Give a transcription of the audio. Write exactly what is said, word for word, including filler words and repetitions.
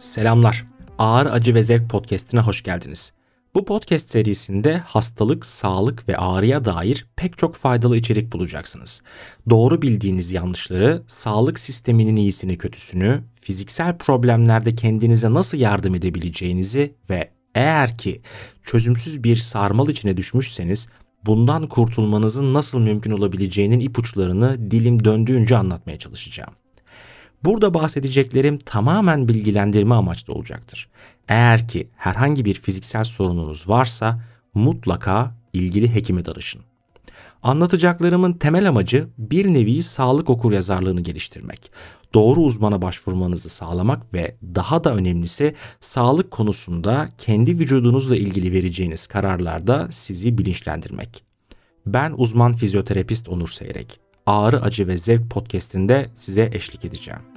Selamlar. Ağrı, Acı ve Zevk podcast'ine hoş geldiniz. Bu podcast serisinde hastalık, sağlık ve ağrıya dair pek çok faydalı içerik bulacaksınız. Doğru bildiğiniz yanlışları, sağlık sisteminin iyisini kötüsünü, fiziksel problemlerde kendinize nasıl yardım edebileceğinizi ve eğer ki çözümsüz bir sarmal içine düşmüşseniz bundan kurtulmanızın nasıl mümkün olabileceğinin ipuçlarını dilim döndüğünce anlatmaya çalışacağım. Burada bahsedeceklerim tamamen bilgilendirme amaçlı olacaktır. Eğer ki herhangi bir fiziksel sorununuz varsa mutlaka ilgili hekime danışın. Anlatacaklarımın temel amacı bir nevi sağlık okuryazarlığını geliştirmek, doğru uzmana başvurmanızı sağlamak ve daha da önemlisi sağlık konusunda kendi vücudunuzla ilgili vereceğiniz kararlarda sizi bilinçlendirmek. Ben uzman fizyoterapist Onur Seyrek. Ağrı, Acı ve Zevk podcast'inde size eşlik edeceğim.